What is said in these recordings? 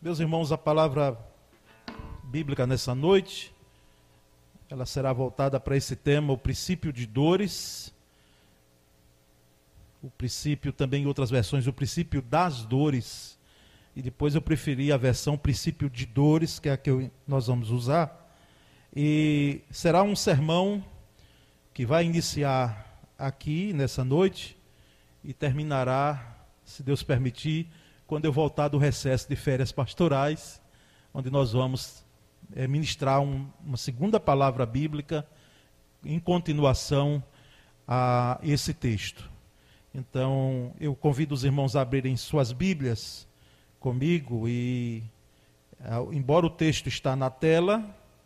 Meus irmãos, a palavra bíblica nessa noite, ela será voltada para esse tema, o princípio de dores, o princípio também em outras versões, o princípio das dores, e depois eu preferi a versão princípio de dores, que é a que nós vamos usar, e será um sermão que vai iniciar aqui nessa noite e terminará, se Deus permitir, quando eu voltar do recesso de férias pastorais, onde nós vamos ministrar uma segunda palavra bíblica em continuação a esse texto. Então, eu convido os irmãos a abrirem suas Bíblias comigo e, embora o texto está na tela,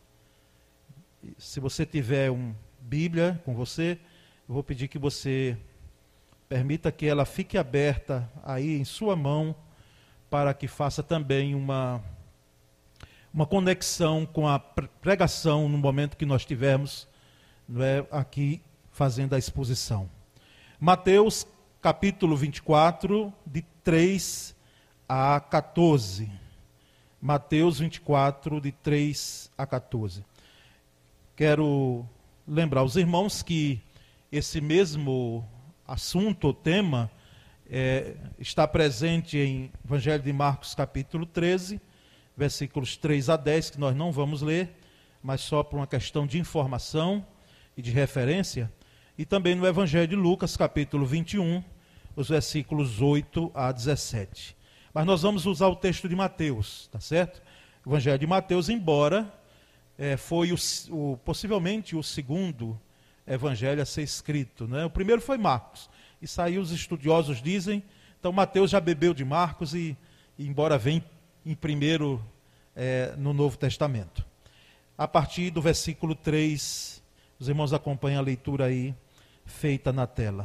se você tiver uma Bíblia com você, eu vou pedir que você permita que ela fique aberta aí em sua mão, para que faça também uma conexão com a pregação no momento que nós tivermos, não é, aqui fazendo a exposição. Mateus capítulo 24, de 3 a 14. Mateus 24, de 3 a 14. Quero lembrar os irmãos que esse mesmo assunto ou tema está presente em Evangelho de Marcos capítulo 13, versículos 3 a 10, que nós não vamos ler, mas só por uma questão de informação e de referência, e também no Evangelho de Lucas capítulo 21, os versículos 8 a 17. Mas nós vamos usar o texto de Mateus, tá certo? O Evangelho de Mateus, embora foi possivelmente o segundo evangelho a ser escrito, né? O primeiro foi Marcos, isso aí os estudiosos dizem. Então Mateus já bebeu de Marcos e embora venha em primeiro no Novo Testamento. A partir do versículo 3, os irmãos acompanham a leitura aí, feita na tela.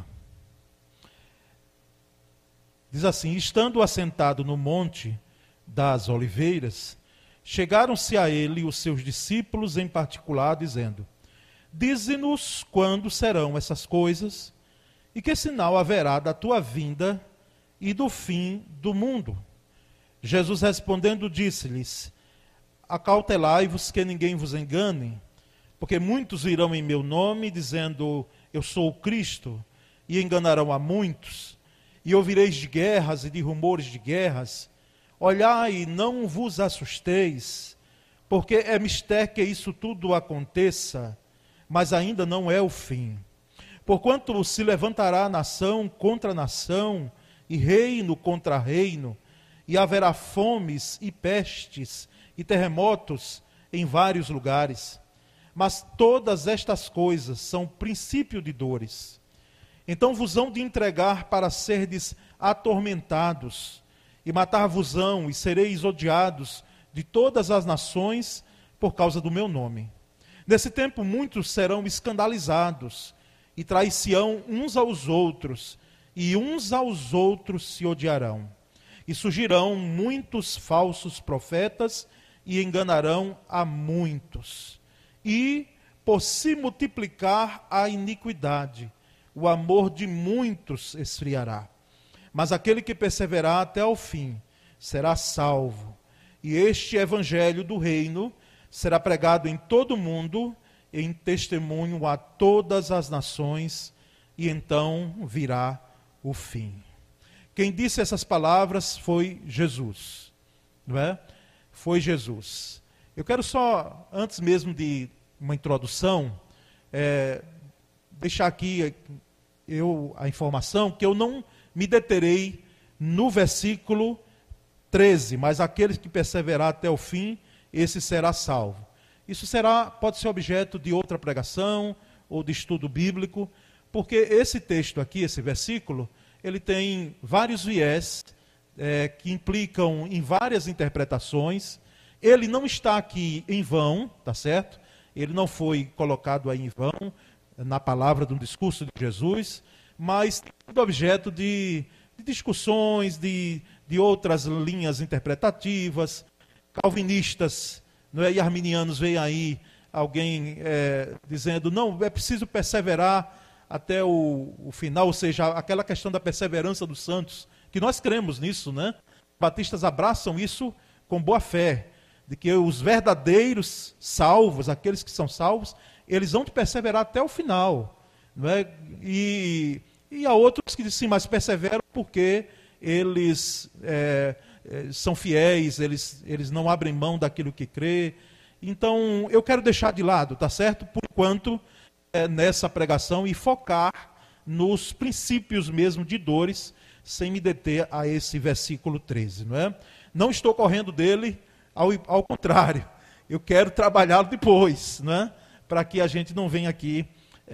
Diz assim: estando assentado no monte das oliveiras, chegaram-se a ele os seus discípulos em particular, dizendo: dize-nos quando serão essas coisas, e que sinal haverá da tua vinda e do fim do mundo? Jesus respondendo disse-lhes: acautelai-vos que ninguém vos engane, porque muitos virão em meu nome, dizendo, eu sou o Cristo, e enganarão a muitos, e ouvireis de guerras e de rumores de guerras. Olhai e não vos assusteis, porque é mister que isso tudo aconteça, mas ainda não é o fim. Porquanto se levantará nação contra nação, e reino contra reino, e haverá fomes e pestes e terremotos em vários lugares. Mas todas estas coisas são princípio de dores. Então vos hão de entregar para serdes atormentados, e matar-vos-ão, e sereis odiados de todas as nações por causa do meu nome. Nesse tempo muitos serão escandalizados, e trair-se-ão uns aos outros, e uns aos outros se odiarão. E surgirão muitos falsos profetas, e enganarão a muitos. E, por se multiplicar a iniquidade, o amor de muitos esfriará. Mas aquele que perseverar até ao fim será salvo. E este evangelho do reino será pregado em todo o mundo, em testemunho a todas as nações, e então virá o fim. Quem disse essas palavras foi Jesus, não é? Foi Jesus. Eu quero só, antes mesmo de uma introdução, deixar aqui a informação que eu não me deterei no versículo 13, mas aquele que perseverar até o fim, esse será salvo. Isso pode ser objeto de outra pregação ou de estudo bíblico, porque esse texto aqui, esse versículo, ele tem vários viés que implicam em várias interpretações. Ele não está aqui em vão, tá certo? Ele não foi colocado aí em vão na palavra do discurso de Jesus, mas tem objeto de discussões, de outras linhas interpretativas, calvinistas, não é? E arminianos, veem aí alguém dizendo, não, é preciso perseverar até o final, ou seja, aquela questão da perseverança dos santos, que nós cremos nisso, né? Batistas abraçam isso com boa fé, de que os verdadeiros salvos, aqueles que são salvos, eles vão perseverar até o final. Não é? E há outros que dizem, sim, mas perseveram porque eles são fiéis, eles não abrem mão daquilo que crê. Então, eu quero deixar de lado, tá certo? Por enquanto, nessa pregação e focar nos princípios mesmo de dores, sem me deter a esse versículo 13, não é? Não estou correndo dele, ao contrário, eu quero trabalhá-lo depois, não é? Para que a gente não venha aqui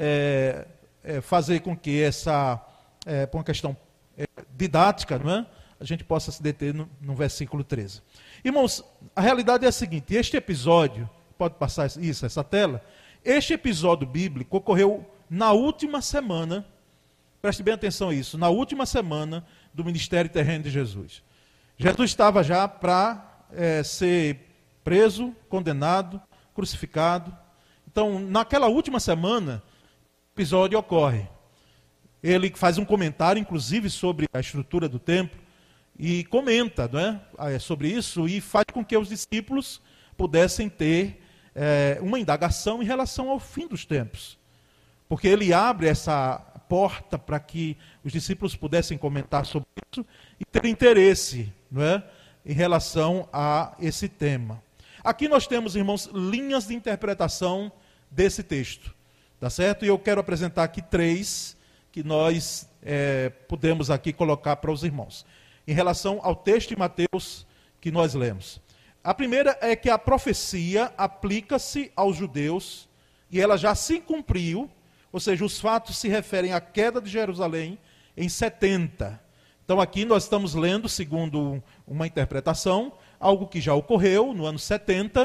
fazer com que por uma questão didática, não é? A gente possa se deter no versículo 13. Irmãos, a realidade é a seguinte, este episódio, pode passar essa tela, este episódio bíblico ocorreu na última semana, preste bem atenção a isso, na última semana do ministério terreno de Jesus. Jesus estava já para ser preso, condenado, crucificado. Então, naquela última semana, o episódio ocorre. Ele faz um comentário, inclusive, sobre a estrutura do templo, e comenta, não é, sobre isso, e faz com que os discípulos pudessem ter uma indagação em relação ao fim dos tempos. Porque ele abre essa porta para que os discípulos pudessem comentar sobre isso e ter interesse, não é, em relação a esse tema. Aqui nós temos, irmãos, linhas de interpretação desse texto, tá certo? E eu quero apresentar aqui 3 que nós podemos aqui colocar para os irmãos, em relação ao texto de Mateus que nós lemos. A primeira é que a profecia aplica-se aos judeus e ela já se cumpriu, ou seja, os fatos se referem à queda de Jerusalém em 70. Então aqui nós estamos lendo, segundo uma interpretação, algo que já ocorreu no ano 70,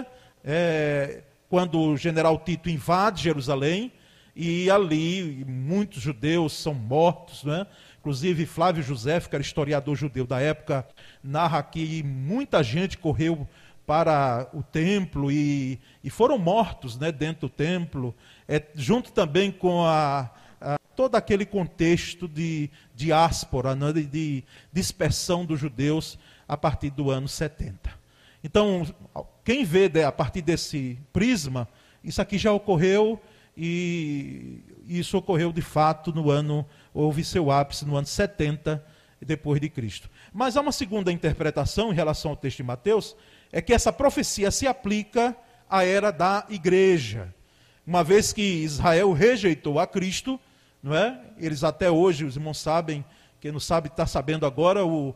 quando o general Tito invade Jerusalém, e ali muitos judeus são mortos, né? Inclusive Flávio José, que era historiador judeu da época, narra que muita gente correu para o templo e foram mortos, né, dentro do templo, junto também com todo aquele contexto de diáspora, né, de dispersão dos judeus a partir do ano 70. Então, quem vê a partir desse prisma, isso aqui já ocorreu, e isso ocorreu de fato houve seu ápice no ano 70 depois de Cristo. Mas há uma segunda interpretação em relação ao texto de Mateus, é que essa profecia se aplica à era da igreja. Uma vez que Israel rejeitou a Cristo, não é? Eles até hoje, os irmãos sabem, quem não sabe está sabendo agora, o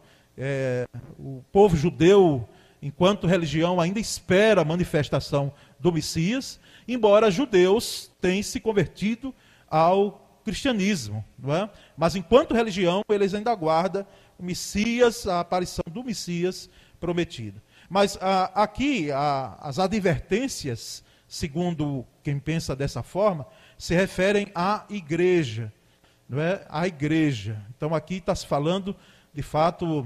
povo judeu, enquanto religião, ainda espera a manifestação do Messias, embora judeus tenham se convertido ao cristianismo, não é? Mas enquanto religião, eles ainda aguardam o Messias, a aparição do Messias prometido. Mas aqui, as advertências, segundo quem pensa dessa forma, se referem à igreja, não é? À igreja. Então aqui está se falando, de fato,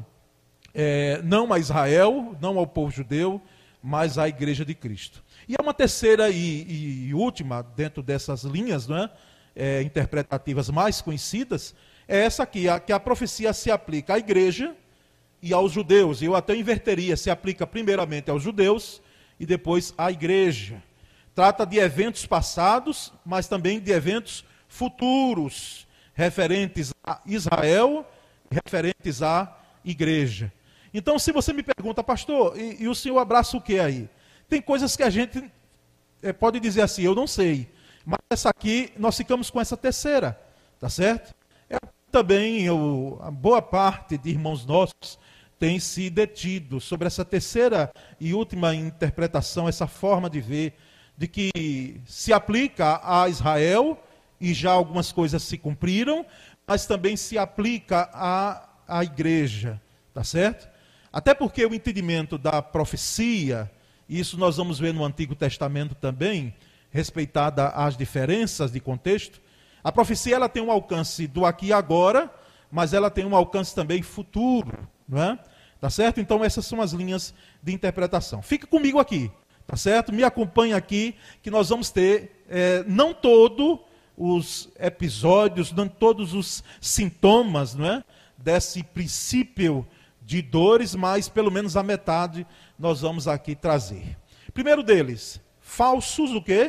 não a Israel, não ao povo judeu, mas à igreja de Cristo. E há uma terceira e última, dentro dessas linhas, não é? Interpretativas mais conhecidas, é essa aqui, que a profecia se aplica à igreja e aos judeus. Eu até inverteria, se aplica primeiramente aos judeus e depois à igreja. Trata de eventos passados, mas também de eventos futuros, referentes a Israel e referentes à igreja. Então, se você me pergunta, pastor, e o senhor abraça o que aí? Tem coisas que a gente pode dizer assim, eu não sei. Mas essa aqui, nós ficamos com essa terceira, tá certo? Também, a boa parte de irmãos nossos tem se detido sobre essa terceira e última interpretação, essa forma de ver, de que se aplica a Israel, e já algumas coisas se cumpriram, mas também se aplica à igreja, tá certo? Até porque o entendimento da profecia, isso nós vamos ver no Antigo Testamento também, respeitada as diferenças de contexto, a profecia ela tem um alcance do aqui e agora, mas ela tem um alcance também futuro, não é? Tá certo? Então essas são as linhas de interpretação. Fique comigo aqui, tá certo? Me acompanhe aqui, que nós vamos ter não todos os episódios, não todos os sintomas, não é? Desse princípio de dores, mas pelo menos a metade nós vamos aqui trazer. Primeiro deles, falsos o quê?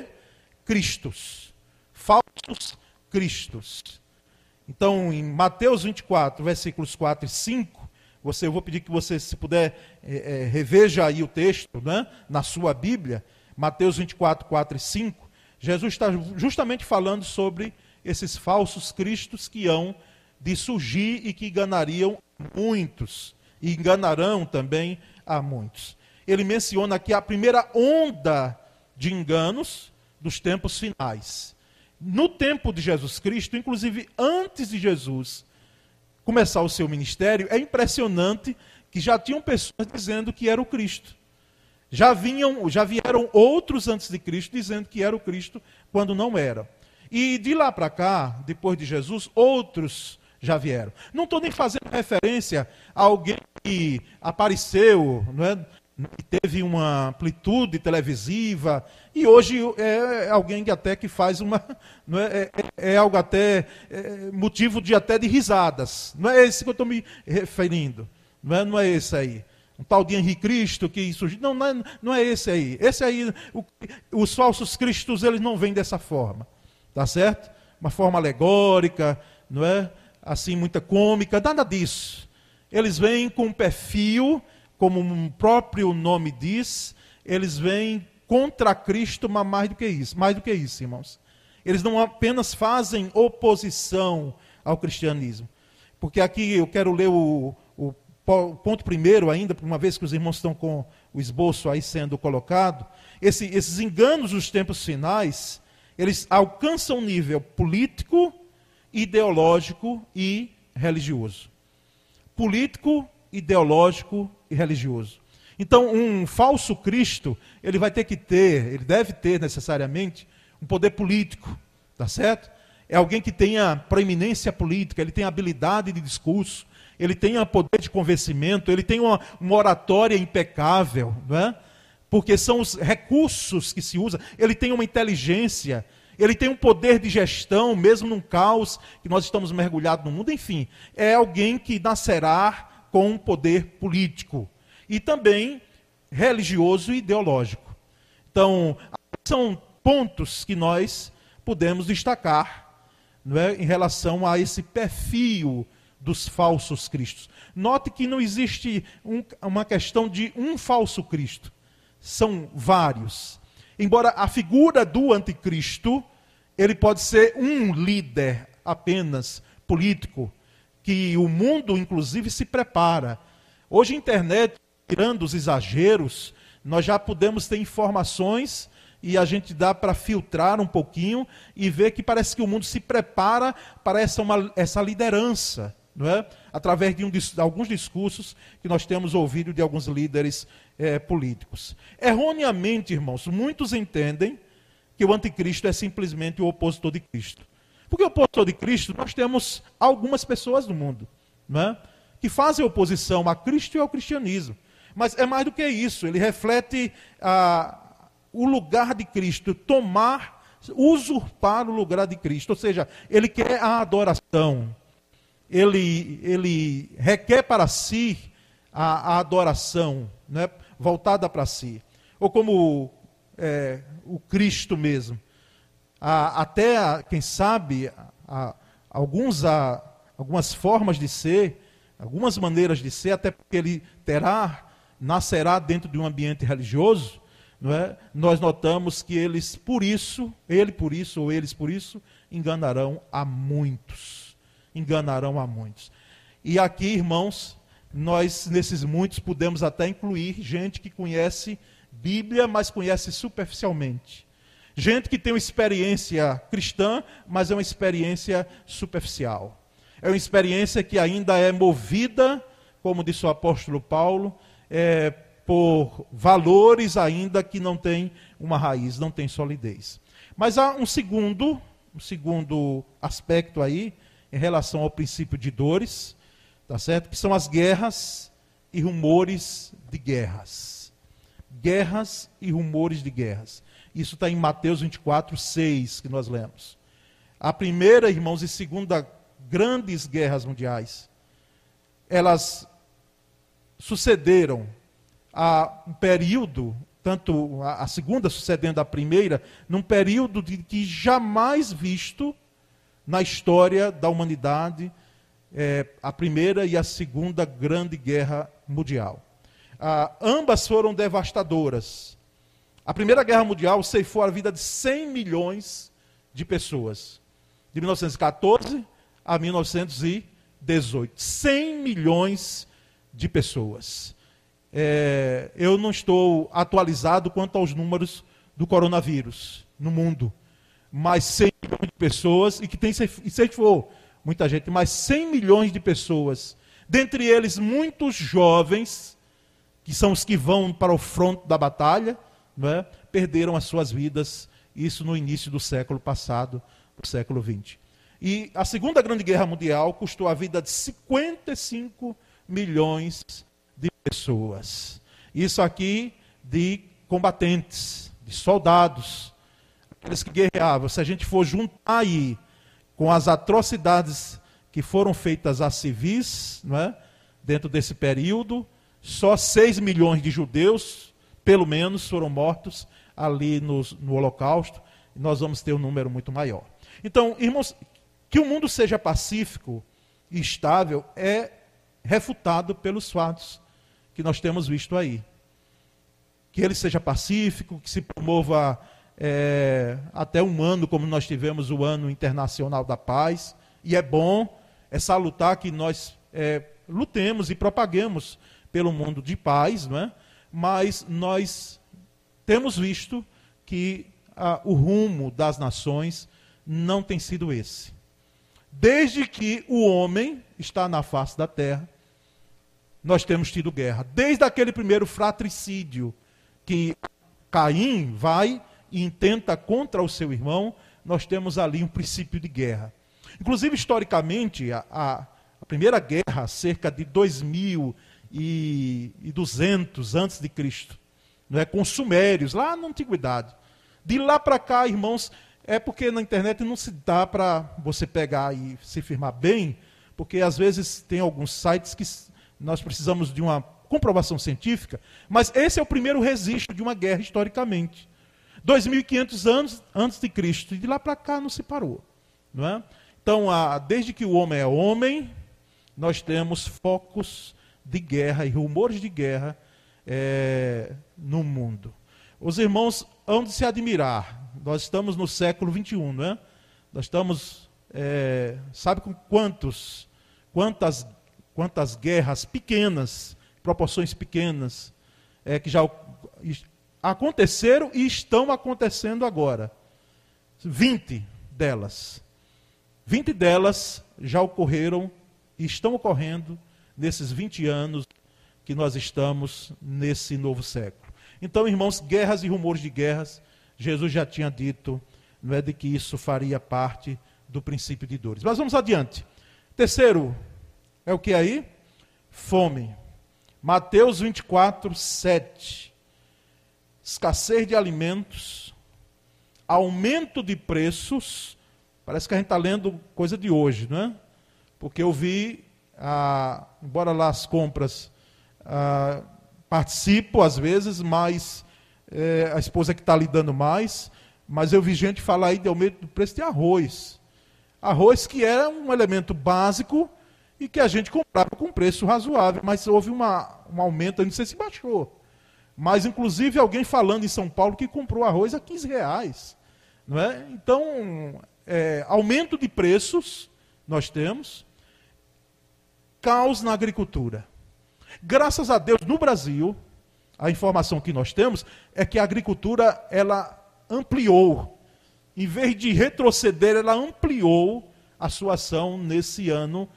Cristos. Falsos cristos. Então, em Mateus 24, versículos 4 e 5, eu vou pedir que você, se puder, reveja aí o texto, né, na sua Bíblia, Mateus 24, 4 e 5, Jesus está justamente falando sobre esses falsos cristos que hão de surgir e que enganariam muitos, e enganarão também a muitos. Ele menciona aqui a primeira onda de enganos dos tempos finais. No tempo de Jesus Cristo, inclusive antes de Jesus começar o seu ministério, é impressionante que já tinham pessoas dizendo que era o Cristo. Já vieram outros antes de Cristo dizendo que era o Cristo quando não era. E de lá para cá, depois de Jesus, outros já vieram. Não estou nem fazendo referência a alguém que apareceu, não é? Teve uma amplitude televisiva, e hoje é alguém que até que faz uma... Não é algo até motivo de risadas. Não é esse que eu estou me referindo. Não é esse aí. Um tal de Henrique Cristo que surgiu. Não é esse aí. Esse aí, os falsos cristos, eles não vêm dessa forma. Tá certo? Uma forma alegórica, não é? Assim, muita cômica, nada disso. Eles vêm com um perfil, como o próprio nome diz, eles vêm contra Cristo, mas mais do que isso, irmãos. Eles não apenas fazem oposição ao cristianismo. Porque aqui eu quero ler o ponto primeiro ainda, por uma vez que os irmãos estão com o esboço aí sendo colocado. Esses enganos dos tempos finais, eles alcançam nível político, ideológico e religioso. Político, ideológico e religioso. Então, um falso Cristo, ele deve ter necessariamente um poder político, tá certo? É alguém que tenha proeminência política, ele tem habilidade de discurso, ele tem poder de convencimento, ele tem uma oratória impecável, não é? Porque são os recursos que se usa, ele tem uma inteligência, ele tem um poder de gestão, mesmo num caos que nós estamos mergulhados no mundo, enfim, é alguém que nascerá com um poder político e também religioso e ideológico. Então, são pontos que nós podemos destacar, não é, em relação a esse perfil dos falsos cristos. Note que não existe uma questão de um falso Cristo, são vários. Embora a figura do anticristo, ele pode ser um líder apenas político, que o mundo, inclusive, se prepara. Hoje, a internet, tirando os exageros, nós já podemos ter informações e a gente dá para filtrar um pouquinho e ver que parece que o mundo se prepara para essa liderança, não é? Através de alguns discursos que nós temos ouvido de alguns líderes políticos. Erroneamente, irmãos, muitos entendem que o anticristo é simplesmente o opositor de Cristo. Porque o opositor de Cristo, nós temos algumas pessoas no mundo, não é? Que fazem oposição a Cristo e ao cristianismo. Mas é mais do que isso, ele reflete o lugar de Cristo, usurpar o lugar de Cristo. Ou seja, ele quer a adoração. Ele requer para si a adoração, né, voltada para si. Ou como o Cristo mesmo. Até, quem sabe, algumas formas de ser, algumas maneiras de ser, até porque ele nascerá dentro de um ambiente religioso, não é? Nós notamos que eles por isso, enganarão a muitos. Enganarão a muitos. E aqui, irmãos, nós, nesses muitos, podemos até incluir gente que conhece Bíblia, mas conhece superficialmente. Gente que tem uma experiência cristã, mas é uma experiência superficial. É uma experiência que ainda é movida, como disse o apóstolo Paulo, por valores ainda que não têm uma raiz, não tem solidez. Mas há um segundo aspecto aí, em relação ao princípio de dores, tá certo? Que são as guerras e rumores de guerras. Guerras e rumores de guerras. Isso está em Mateus 24, 6, que nós lemos. A primeira, irmãos, e segunda grandes guerras mundiais, elas sucederam a um período, tanto a segunda sucedendo a primeira, num período que jamais visto na história da humanidade, a Primeira e a Segunda Grande Guerra Mundial. Ambas foram devastadoras. A Primeira Guerra Mundial ceifou a vida de 100 milhões de pessoas, de 1914 a 1918. 100 milhões de pessoas. Eu não estou atualizado quanto aos números do coronavírus no mundo, mas 100 milhões de pessoas, e que ceifou muita gente, mas 100 milhões de pessoas, dentre eles muitos jovens, que são os que vão para o fronte da batalha, não é? Perderam as suas vidas, isso no início do século passado, do século XX. E a Segunda Grande Guerra Mundial custou a vida de 55 milhões de pessoas. Isso aqui de combatentes, de soldados, aqueles que guerreavam. Se a gente for juntar aí com as atrocidades que foram feitas a civis, não é? Dentro desse período, só 6 milhões de judeus, pelo menos, foram mortos ali no Holocausto, e nós vamos ter um número muito maior. Então, irmãos, que o mundo seja pacífico e estável é refutado pelos fatos que nós temos visto aí. Que ele seja pacífico, que se promova até um ano, como nós tivemos o Ano Internacional da Paz, e é bom, é salutar que nós lutemos e propaguemos pelo mundo de paz, não é? Mas nós temos visto que o rumo das nações não tem sido esse. Desde que o homem está na face da terra, nós temos tido guerra. Desde aquele primeiro fratricídio, que Caim vai e intenta contra o seu irmão, nós temos ali um princípio de guerra. Inclusive, historicamente, a primeira guerra, cerca de 2200 antes de Cristo, não é, com os sumérios, lá na antiguidade. De lá para cá, irmãos, é porque na internet não se dá para você pegar e se firmar bem, porque às vezes tem alguns sites que nós precisamos de uma comprovação científica, mas esse é o primeiro registro de uma guerra historicamente. 2500 anos antes de Cristo, e de lá para cá não se parou. Não é? Então, desde que o homem é homem, nós temos focos de guerra e rumores de guerra no mundo. Os irmãos hão de se admirar. Nós estamos no século XXI, não é? Nós estamos, sabe com quantas guerras pequenas, proporções pequenas, que já aconteceram e estão acontecendo agora. 20 delas. 20 delas já ocorreram e estão ocorrendo nesses 20 anos que nós estamos nesse novo século. Então, irmãos, guerras e rumores de guerras, Jesus já tinha dito, não é, de que isso faria parte do princípio de dores. Mas vamos adiante. Terceiro, é o que aí? Fome. Mateus 24, 7. Escassez de alimentos, aumento de preços. Parece que a gente está lendo coisa de hoje, não é? Porque eu vi, embora lá as compras participo às vezes, mas a esposa que está lidando mais, mas eu vi gente falar aí de aumento do preço de arroz. Arroz que era um elemento básico e que a gente comprava com preço razoável, mas houve um aumento, eu não sei se baixou. Mas, inclusive, alguém falando em São Paulo que comprou arroz a R$15. Não é? Então, aumento de preços nós temos, caos na agricultura. Graças a Deus, no Brasil, a informação que nós temos é que a agricultura, ela ampliou. Em vez de retroceder, ela ampliou a sua ação nesse ano,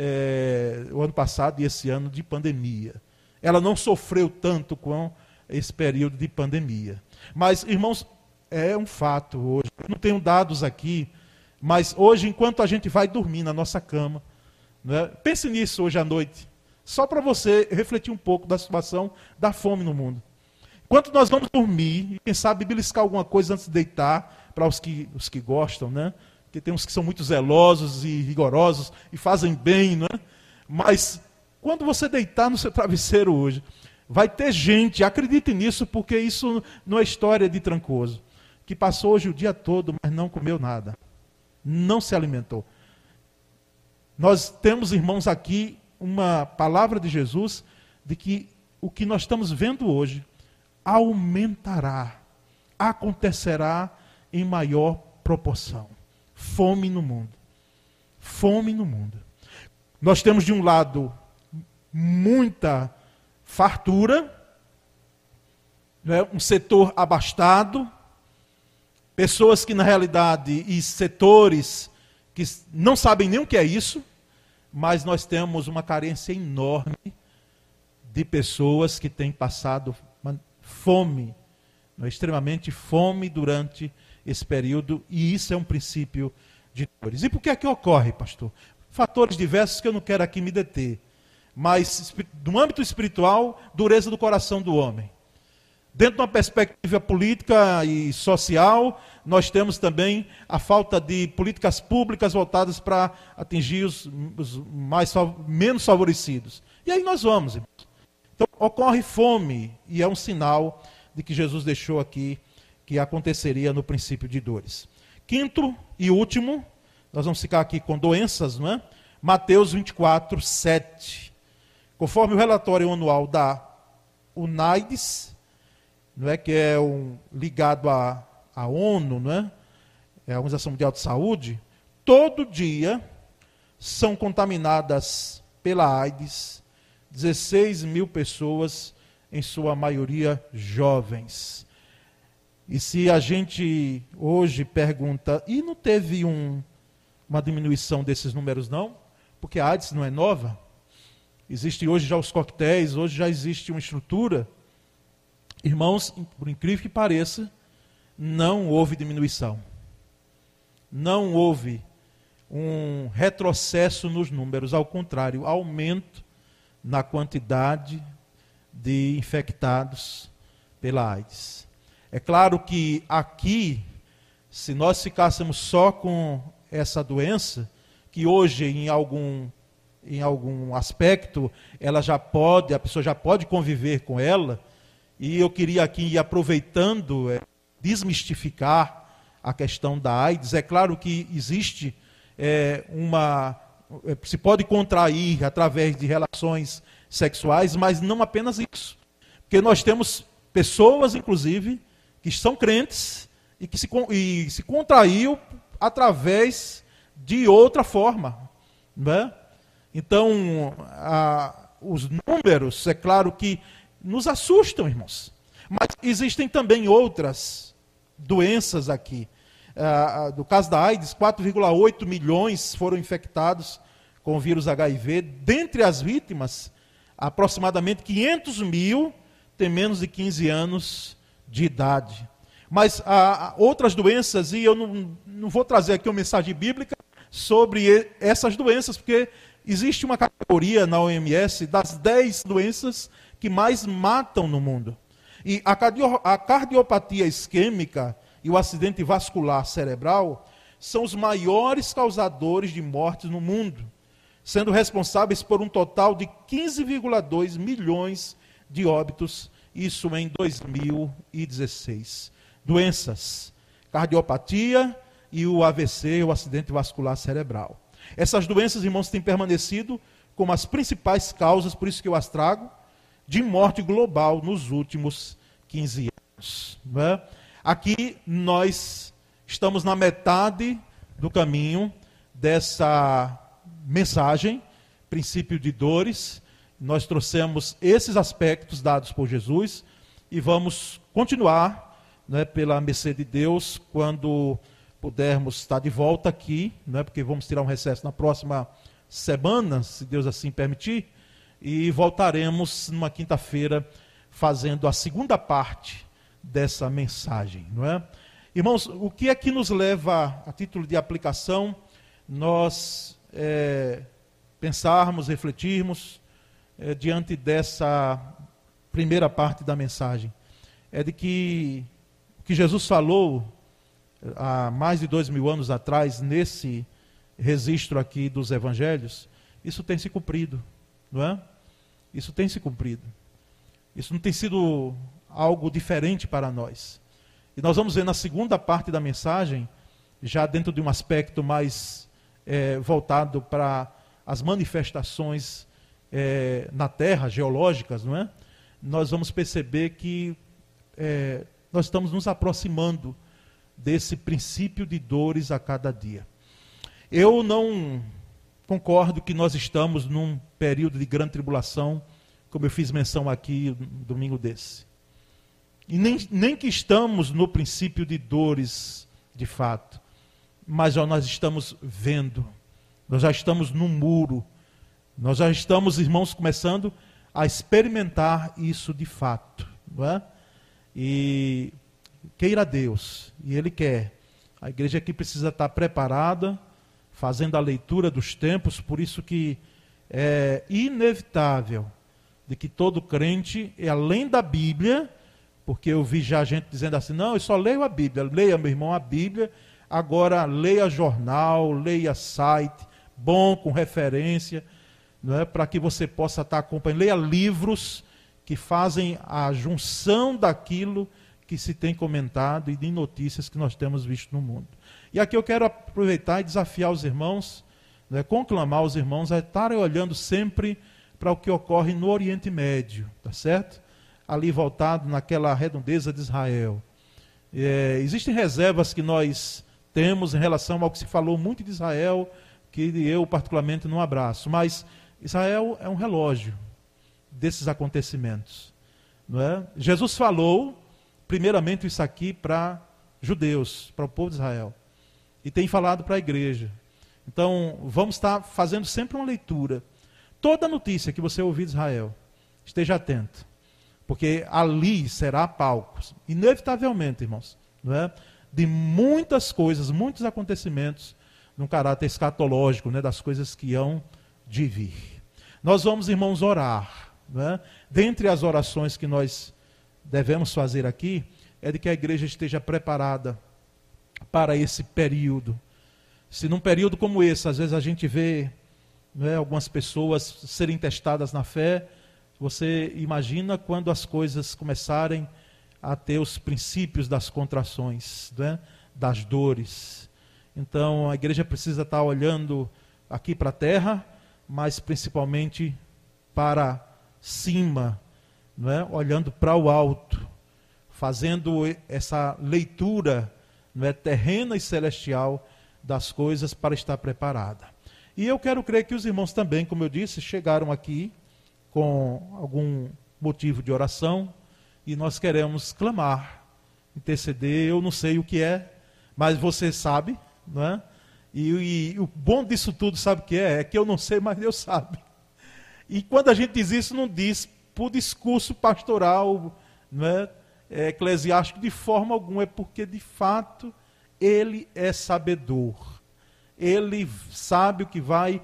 o ano passado e esse ano de pandemia. Ela não sofreu tanto com esse período de pandemia. Mas, irmãos, é um fato hoje. Eu não tenho dados aqui, mas hoje, enquanto a gente vai dormir na nossa cama, né, pense nisso hoje à noite, só para você refletir um pouco da situação da fome no mundo. Enquanto nós vamos dormir, e quem sabe beliscar alguma coisa antes de deitar, para os que gostam, né? Porque tem uns que são muito zelosos e rigorosos e fazem bem, né? Mas Quando você deitar no seu travesseiro hoje, vai ter gente, acredite nisso, porque isso não é história de Trancoso, que passou hoje o dia todo, mas não comeu nada. Não se alimentou. Nós temos, irmãos, aqui uma palavra de Jesus de que o que nós estamos vendo hoje aumentará, acontecerá em maior proporção. Fome no mundo. Fome no mundo. Nós temos de um lado muita fartura, né? Um setor abastado, pessoas que na realidade, e setores que não sabem nem o que é isso, mas nós temos uma carência enorme de pessoas que têm passado fome, extremamente fome durante esse período, e isso é um princípio de dores. E por que é que ocorre, pastor? Fatores diversos que eu não quero aqui me deter, mas no âmbito espiritual, dureza do coração do homem. Dentro de uma perspectiva política e social, nós temos também a falta de políticas públicas voltadas para atingir os menos favorecidos. E aí nós vamos, irmãos. Então, ocorre fome, e é um sinal de que Jesus deixou aqui que aconteceria no princípio de dores. Quinto e último, nós vamos ficar aqui com doenças, não é? Mateus 24, 7. Conforme o relatório anual da UNAIDS, não é, que é ligado à ONU, não é? É a Organização Mundial de Saúde, todo dia são contaminadas pela AIDS 16 mil pessoas, em sua maioria jovens. E se a gente hoje pergunta, e não teve uma diminuição desses números não? Porque a AIDS não é nova. Existem hoje já os coquetéis, hoje já existe uma estrutura. Irmãos, por incrível que pareça, não houve diminuição. Não houve um retrocesso nos números, ao contrário, aumento na quantidade de infectados pela AIDS. É claro que aqui, se nós ficássemos só com essa doença, que hoje em algum aspecto a pessoa já pode conviver com ela, e eu queria aqui ir aproveitando, desmistificar a questão da AIDS. É claro que existe se pode contrair através de relações sexuais, mas não apenas isso. Porque nós temos pessoas, inclusive, que são crentes e que se contraiu através de outra forma. Não é? Então, os números, é claro que nos assustam, irmãos. Mas existem também outras doenças aqui. No caso da AIDS, 4,8 milhões foram infectados com o vírus HIV. Dentre as vítimas, aproximadamente 500 mil têm menos de 15 anos de idade. Mas há outras doenças, e eu não vou trazer aqui uma mensagem bíblica sobre essas doenças, porque existe uma categoria na OMS das 10 doenças que mais matam no mundo. E a cardiopatia isquêmica e o acidente vascular cerebral são os maiores causadores de mortes no mundo, sendo responsáveis por um total de 15,2 milhões de óbitos, isso em 2016. Doenças, cardiopatia e o AVC, o acidente vascular cerebral. Essas doenças, irmãos, têm permanecido como as principais causas, por isso que eu as trago, de morte global nos últimos 15 anos. Não é? Aqui nós estamos na metade do caminho dessa mensagem, princípio de dores. Nós trouxemos esses aspectos dados por Jesus e vamos continuar, né, pela mercê de Deus, quando pudermos estar de volta aqui, né, porque vamos tirar um recesso na próxima semana, se Deus assim permitir, e voltaremos numa quinta-feira fazendo a segunda parte dessa mensagem, não é? Irmãos, o que é que nos leva, a título de aplicação, nós pensarmos, refletirmos diante dessa primeira parte da mensagem? É de que o que Jesus falou há mais de 2000 anos atrás, nesse registro aqui dos evangelhos, isso tem se cumprido, não é? isso tem se cumprido. Isso não tem sido algo diferente para nós. E nós vamos ver na segunda parte da mensagem, já dentro de um aspecto mais voltado para as manifestações na Terra, geológicas, não é? Nós vamos perceber que nós estamos nos aproximando desse princípio de dores a cada dia. Eu não concordo que nós estamos num período de grande tribulação, como eu fiz menção aqui no domingo desse. E nem que estamos no princípio de dores, de fato. Mas nós estamos vendo, nós já estamos no muro, nós já estamos, irmãos, começando a experimentar isso de fato. Não é? E queira Deus, e Ele quer. A igreja aqui precisa estar preparada, fazendo a leitura dos tempos, por isso que é inevitável de que todo crente, além da Bíblia, porque eu vi já gente dizendo assim, não, eu só leio a Bíblia. Leia, meu irmão, a Bíblia, agora leia jornal, leia site, bom, com referência, não é? Para que você possa estar acompanhando. Leia livros que fazem a junção daquilo que se tem comentado e de notícias que nós temos visto no mundo. E aqui eu quero aproveitar e desafiar os irmãos, né, conclamar os irmãos a estarem olhando sempre para o que ocorre no Oriente Médio, tá certo? Ali voltado naquela redondeza de Israel. Existem reservas que nós temos em relação ao que se falou muito de Israel, que eu particularmente não abraço, mas Israel é um relógio desses acontecimentos. Não é? Jesus falou, primeiramente, isso aqui para judeus, para o povo de Israel, e tem falado para a igreja. Então, vamos estar fazendo sempre uma leitura. Toda notícia que você ouvir de Israel, esteja atento, porque ali será palco, inevitavelmente, irmãos, não é? De muitas coisas, muitos acontecimentos, num caráter escatológico, né? Das coisas que hão de vir. Nós vamos, irmãos, orar. Não é? Dentre as orações que nós devemos fazer aqui, é de que a igreja esteja preparada para esse período. Se num período como esse, às vezes a gente vê, não é, algumas pessoas serem testadas na fé, você imagina quando as coisas começarem a ter os princípios das contrações, né, das dores. Então a igreja precisa estar olhando aqui para a terra, mas principalmente para cima, não é? Olhando para o alto, fazendo essa leitura, não é, terrena e celestial das coisas para estar preparada. E eu quero crer que os irmãos também, como eu disse, chegaram aqui com algum motivo de oração e nós queremos clamar, interceder. Eu não sei o que é, mas você sabe, não é? E o bom disso tudo, sabe o que é? É que eu não sei, mas Deus sabe. E quando a gente diz isso, não diz por discurso pastoral, não é? Eclesiástico, de forma alguma, é porque de fato Ele é sabedor. Ele sabe o que vai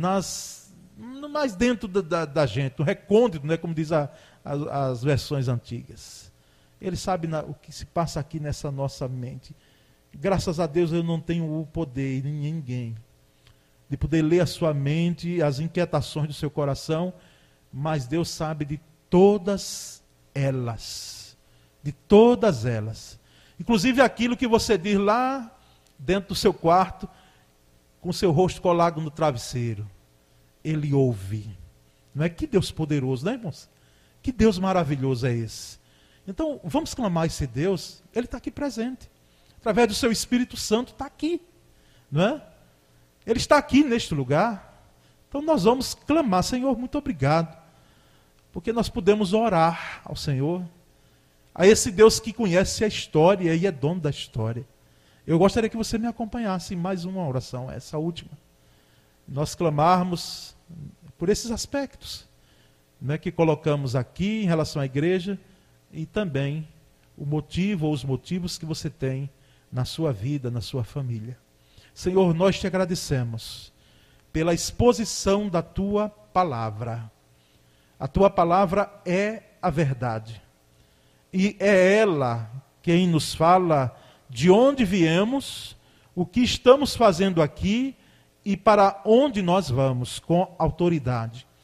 mais dentro da gente, no recôndito, né, como diz as versões antigas. Ele sabe o que se passa aqui nessa nossa mente. Graças a Deus eu não tenho o poder, nem ninguém, de poder ler a sua mente, as inquietações do seu coração, mas Deus sabe de todas elas. De todas elas. Inclusive aquilo que você diz lá dentro do seu quarto, com o seu rosto colado no travesseiro. Ele ouve. Não é? Que Deus poderoso, né, irmãos? Que Deus maravilhoso é esse? Então, vamos clamar esse Deus. Ele está aqui presente. Através do seu Espírito Santo, está aqui. Não é? Ele está aqui neste lugar. Então, nós vamos clamar, Senhor, muito obrigado. Porque nós podemos orar ao Senhor. A esse Deus que conhece a história e é dono da história. Eu gostaria que você me acompanhasse em mais uma oração, essa última. Nós clamarmos por esses aspectos, né, que colocamos aqui em relação à igreja e também o motivo ou os motivos que você tem na sua vida, na sua família. Senhor, nós te agradecemos pela exposição da tua palavra. A tua palavra é a verdade. E é ela quem nos fala de onde viemos, o que estamos fazendo aqui e para onde nós vamos com autoridade.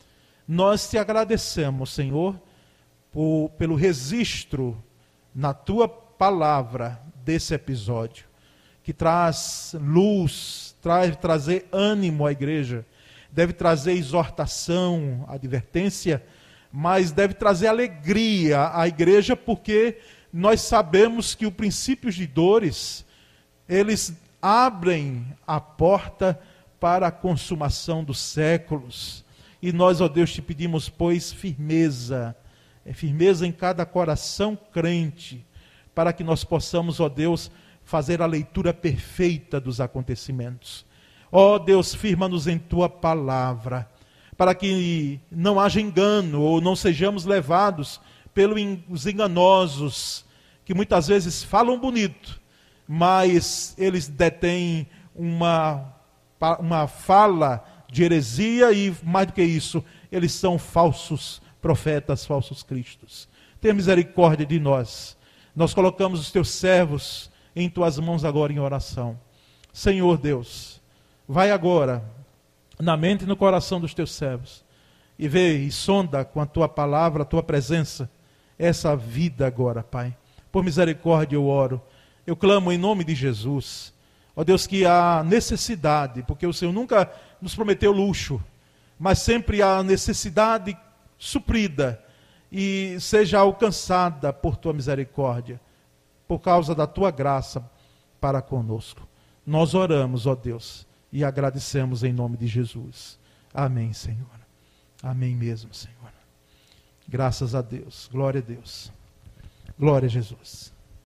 Nós te agradecemos, Senhor, pelo registro na tua palavra desse episódio, que traz luz, trazer ânimo à igreja, deve trazer exortação, advertência, mas deve trazer alegria à igreja, porque nós sabemos que os princípios de dores, eles abrem a porta para a consumação dos séculos. E nós, ó Deus, te pedimos, pois, firmeza em cada coração crente, para que nós possamos, ó Deus, fazer a leitura perfeita dos acontecimentos. Ó Deus, firma-nos em tua palavra, para que não haja engano, ou não sejamos levados pelos enganosos, que muitas vezes falam bonito, mas eles detêm uma fala de heresia e, mais do que isso, eles são falsos profetas, falsos cristos. Tenha misericórdia de nós. Nós colocamos os teus servos em tuas mãos agora em oração. Senhor Deus, vai agora na mente e no coração dos teus servos e vê e sonda com a tua palavra, a tua presença, essa vida agora, Pai. Por misericórdia eu oro, eu clamo em nome de Jesus. Ó Deus, que há necessidade, porque o Senhor nunca nos prometeu luxo, mas sempre há necessidade suprida e seja alcançada por tua misericórdia, por causa da tua graça para conosco. Nós oramos, ó Deus, e agradecemos em nome de Jesus. Amém, Senhor. Amém mesmo, Senhor. Graças a Deus. Glória a Deus. Glória a Jesus.